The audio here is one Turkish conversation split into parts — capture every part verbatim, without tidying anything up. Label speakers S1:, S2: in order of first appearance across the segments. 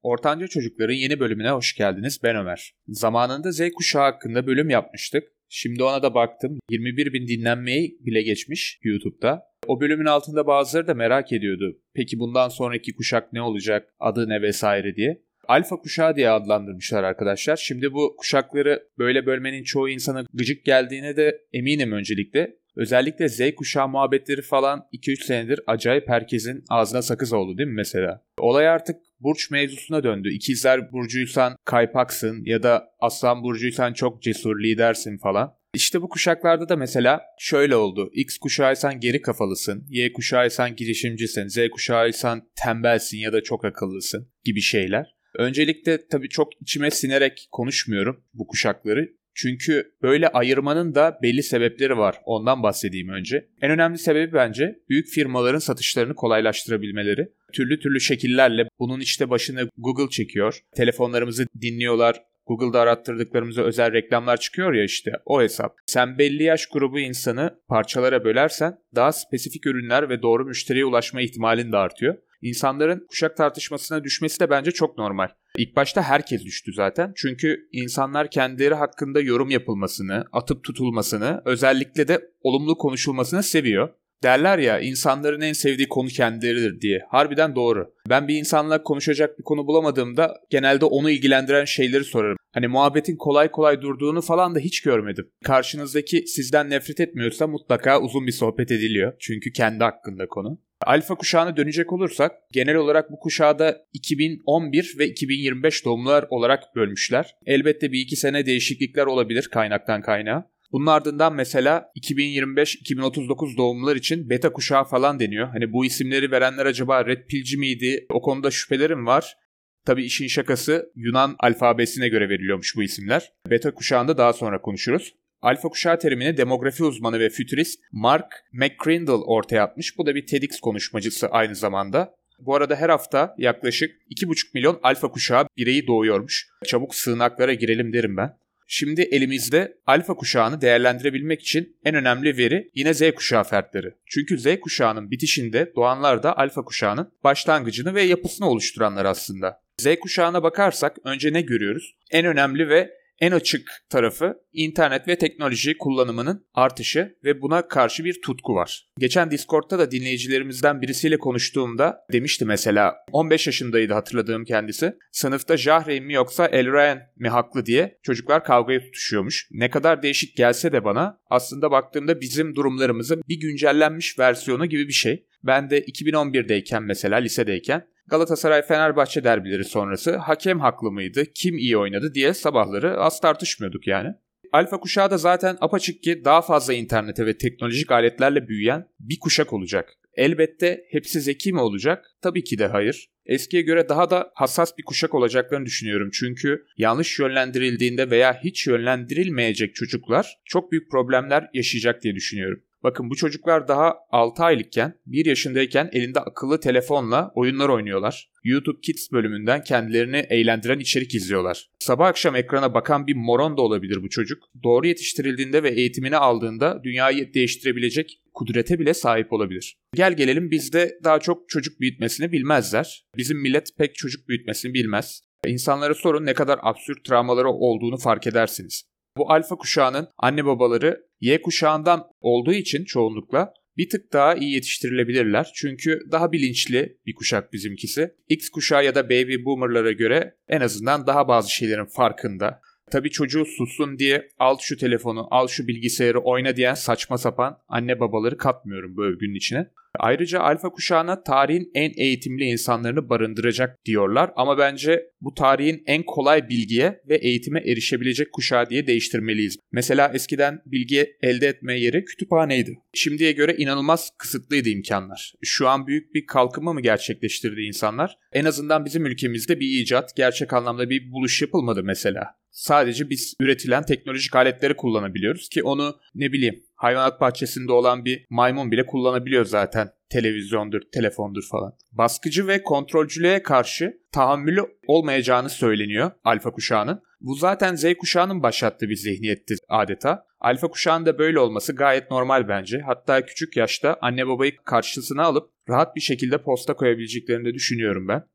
S1: Ortanca Çocukların yeni bölümüne hoş geldiniz. Ben Ömer. Zamanında Z kuşağı hakkında bölüm yapmıştık. Şimdi ona da baktım. yirmi bir bin dinlenmeyi bile geçmiş YouTube'da. O bölümün altında bazıları da merak ediyordu. Peki bundan sonraki kuşak ne olacak, adı ne vesaire diye. Alfa kuşağı diye adlandırmışlar arkadaşlar. Şimdi bu kuşakları böyle bölmenin çoğu insana gıcık geldiğine de eminim öncelikle. Özellikle Z kuşağı muhabbetleri falan iki üç senedir acayip herkesin ağzına sakız oldu değil mi mesela? Olay artık burç mevzusuna döndü. İkizler burcuysan kaypaksın ya da Aslan burcuysan çok cesur lidersin falan. İşte bu kuşaklarda da mesela şöyle oldu. X kuşağıysan geri kafalısın, Y kuşağıysan girişimcisin, Z kuşağıysan tembelsin ya da çok akıllısın gibi şeyler. Öncelikle tabii çok içime sinerek konuşmuyorum bu kuşakları. Çünkü böyle ayırmanın da belli sebepleri var. Ondan bahsedeyim önce. En önemli sebebi bence büyük firmaların satışlarını kolaylaştırabilmeleri. Türlü türlü şekillerle bunun işte başını Google çekiyor. Telefonlarımızı dinliyorlar. Google'da arattırdıklarımıza özel reklamlar çıkıyor ya işte o hesap. Sen belli yaş grubu insanı parçalara bölersen daha spesifik ürünler ve doğru müşteriye ulaşma ihtimalin de artıyor. İnsanların kuşak tartışmasına düşmesi de bence çok normal. İlk başta herkes düştü zaten. Çünkü insanlar kendileri hakkında yorum yapılmasını, atıp tutulmasını, özellikle de olumlu konuşulmasını seviyor. Derler ya insanların en sevdiği konu kendileridir diye. Harbiden doğru. Ben bir insanla konuşacak bir konu bulamadığımda genelde onu ilgilendiren şeyleri sorarım. Hani muhabbetin kolay kolay durduğunu falan da hiç görmedim. Karşınızdaki sizden nefret etmiyorsa mutlaka uzun bir sohbet ediliyor. Çünkü kendi hakkında konu. Alfa kuşağına dönecek olursak genel olarak bu kuşağı da iki bin on bir ve iki bin yirmi beş doğumlular olarak bölmüşler. Elbette bir iki sene değişiklikler olabilir kaynaktan kaynağa. Bunun ardından mesela iki bin yirmi beş iki bin otuz dokuz doğumlular için beta kuşağı falan deniyor. Hani bu isimleri verenler acaba red pill'ci miydi? O konuda şüphelerim var. Tabii işin şakası Yunan alfabesine göre veriliyormuş bu isimler. Beta kuşağında daha sonra konuşuruz. Alfa kuşağı terimini demografi uzmanı ve fütürist Mark McCrindle ortaya atmış. Bu da bir TEDx konuşmacısı aynı zamanda. Bu arada her hafta yaklaşık iki buçuk milyon alfa kuşağı bireyi doğuyormuş. Çabuk sığınaklara girelim derim ben. Şimdi elimizde alfa kuşağını değerlendirebilmek için en önemli veri yine Z kuşağı fertleri. Çünkü Z kuşağının bitişinde doğanlar da alfa kuşağının başlangıcını ve yapısını oluşturanlar aslında. Z kuşağına bakarsak önce ne görüyoruz? En önemli ve en açık tarafı internet ve teknoloji kullanımının artışı ve buna karşı bir tutku var. Geçen Discord'ta da dinleyicilerimizden birisiyle konuştuğumda demişti mesela on beş yaşındaydı hatırladığım kendisi. Sınıfta Jahreyn mi yoksa Elraen mi haklı diye çocuklar kavgaya tutuşuyormuş. Ne kadar değişik gelse de bana aslında baktığımda bizim durumlarımızın bir güncellenmiş versiyonu gibi bir şey. Ben de iki bin on birdeyken mesela lisedeyken Galatasaray-Fenerbahçe derbileri sonrası hakem haklı mıydı, kim iyi oynadı diye sabahları az tartışmıyorduk yani. Alfa kuşağı da zaten apaçık ki daha fazla internete ve teknolojik aletlerle büyüyen bir kuşak olacak. Elbette hepsi zeki mi olacak? Tabii ki de hayır. Eskiye göre daha da hassas bir kuşak olacaklarını düşünüyorum. Çünkü yanlış yönlendirildiğinde veya hiç yönlendirilmeyecek çocuklar çok büyük problemler yaşayacak diye düşünüyorum. Bakın bu çocuklar daha altı aylıkken, bir yaşındayken elinde akıllı telefonla oyunlar oynuyorlar. YouTube Kids bölümünden kendilerini eğlendiren içerik izliyorlar. Sabah akşam ekrana bakan bir moron da olabilir bu çocuk. Doğru yetiştirildiğinde ve eğitimini aldığında dünyayı değiştirebilecek kudrete bile sahip olabilir. Gel gelelim bizde daha çok çocuk büyütmesini bilmezler. Bizim millet pek çocuk büyütmesini bilmez. İnsanlara sorun ne kadar absürt travmaları olduğunu fark edersiniz. Bu alfa kuşağının anne babaları Y kuşağından olduğu için çoğunlukla bir tık daha iyi yetiştirilebilirler. Çünkü daha bilinçli bir kuşak bizimkisi. X kuşağı ya da baby boomerlara göre en azından daha bazı şeylerin farkında. Tabii çocuğu sussun diye al şu telefonu, al şu bilgisayarı oyna diyen saçma sapan anne babaları katmıyorum bu övgünün içine. Ayrıca alfa kuşağına tarihin en eğitimli insanlarını barındıracak diyorlar ama bence bu tarihin en kolay bilgiye ve eğitime erişebilecek kuşağı diye değiştirmeliyiz. Mesela eskiden bilgi elde etme yeri kütüphaneydi. Şimdiye göre inanılmaz kısıtlıydı imkanlar. Şu an büyük bir kalkınma mı gerçekleştirdi insanlar? En azından bizim ülkemizde bir icat, gerçek anlamda bir buluş yapılmadı mesela. Sadece biz üretilen teknolojik aletleri kullanabiliyoruz ki onu ne bileyim hayvanat bahçesinde olan bir maymun bile kullanabiliyor zaten. Televizyondur, telefondur falan. Baskıcı ve kontrolcülüğe karşı tahammülü olmayacağını söyleniyor alfa kuşağının. Bu zaten Z kuşağının başlattığı bir zihniyetti adeta. Alfa kuşağının da böyle olması gayet normal bence. Hatta küçük yaşta anne babayı karşısına alıp rahat bir şekilde posta koyabileceklerini de düşünüyorum ben.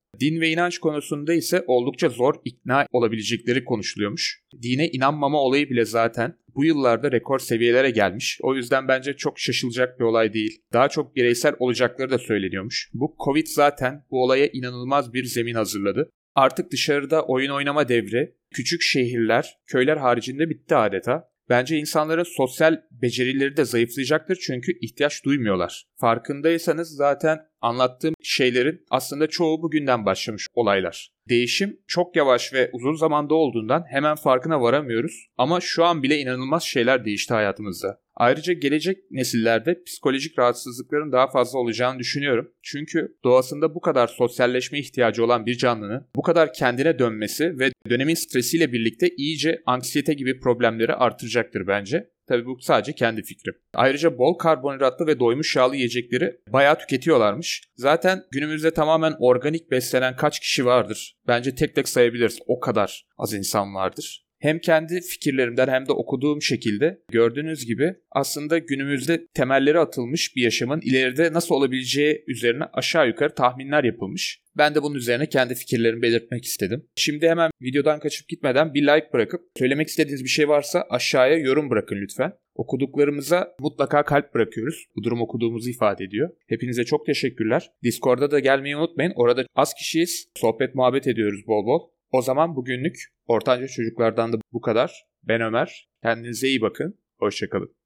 S1: Din ve inanç konusunda ise oldukça zor ikna olabilecekleri konuşuluyormuş. Dine inanmama olayı bile zaten bu yıllarda rekor seviyelere gelmiş. O yüzden bence çok şaşılacak bir olay değil. Daha çok bireysel olacakları da söyleniyormuş. Bu Covid zaten bu olaya inanılmaz bir zemin hazırladı. Artık dışarıda oyun oynama devri, küçük şehirler, köyler haricinde bitti adeta. Bence insanların sosyal becerileri de zayıflayacaktır çünkü ihtiyaç duymuyorlar. Farkındaysanız zaten anlattığım şeylerin aslında çoğu bugünden başlamış olaylar. Değişim çok yavaş ve uzun zamanda olduğundan hemen farkına varamıyoruz ama şu an bile inanılmaz şeyler değişti hayatımızda. Ayrıca gelecek nesillerde psikolojik rahatsızlıkların daha fazla olacağını düşünüyorum. Çünkü doğasında bu kadar sosyalleşme ihtiyacı olan bir canlının bu kadar kendine dönmesi ve dönemin stresiyle birlikte iyice anksiyete gibi problemleri artıracaktır bence. Tabii bu sadece kendi fikrim. Ayrıca bol karbonhidratlı ve doymuş yağlı yiyecekleri bayağı tüketiyorlarmış. Zaten günümüzde tamamen organik beslenen kaç kişi vardır? Bence tek tek sayabiliriz. O kadar az insan vardır. Hem kendi fikirlerimden hem de okuduğum şekilde gördüğünüz gibi aslında günümüzde temelleri atılmış bir yaşamın ileride nasıl olabileceği üzerine aşağı yukarı tahminler yapılmış. Ben de bunun üzerine kendi fikirlerimi belirtmek istedim. Şimdi hemen videodan kaçıp gitmeden bir like bırakıp söylemek istediğiniz bir şey varsa aşağıya yorum bırakın lütfen. Okuduklarımıza mutlaka kalp bırakıyoruz. Bu durum okuduğumuzu ifade ediyor. Hepinize çok teşekkürler. Discord'a da gelmeyi unutmayın. Orada az kişiyiz. Sohbet muhabbet ediyoruz bol bol. O zaman bugünlük Ortanca Çocuklardan da bu kadar. Ben Ömer. Kendinize iyi bakın. Hoşça kalın.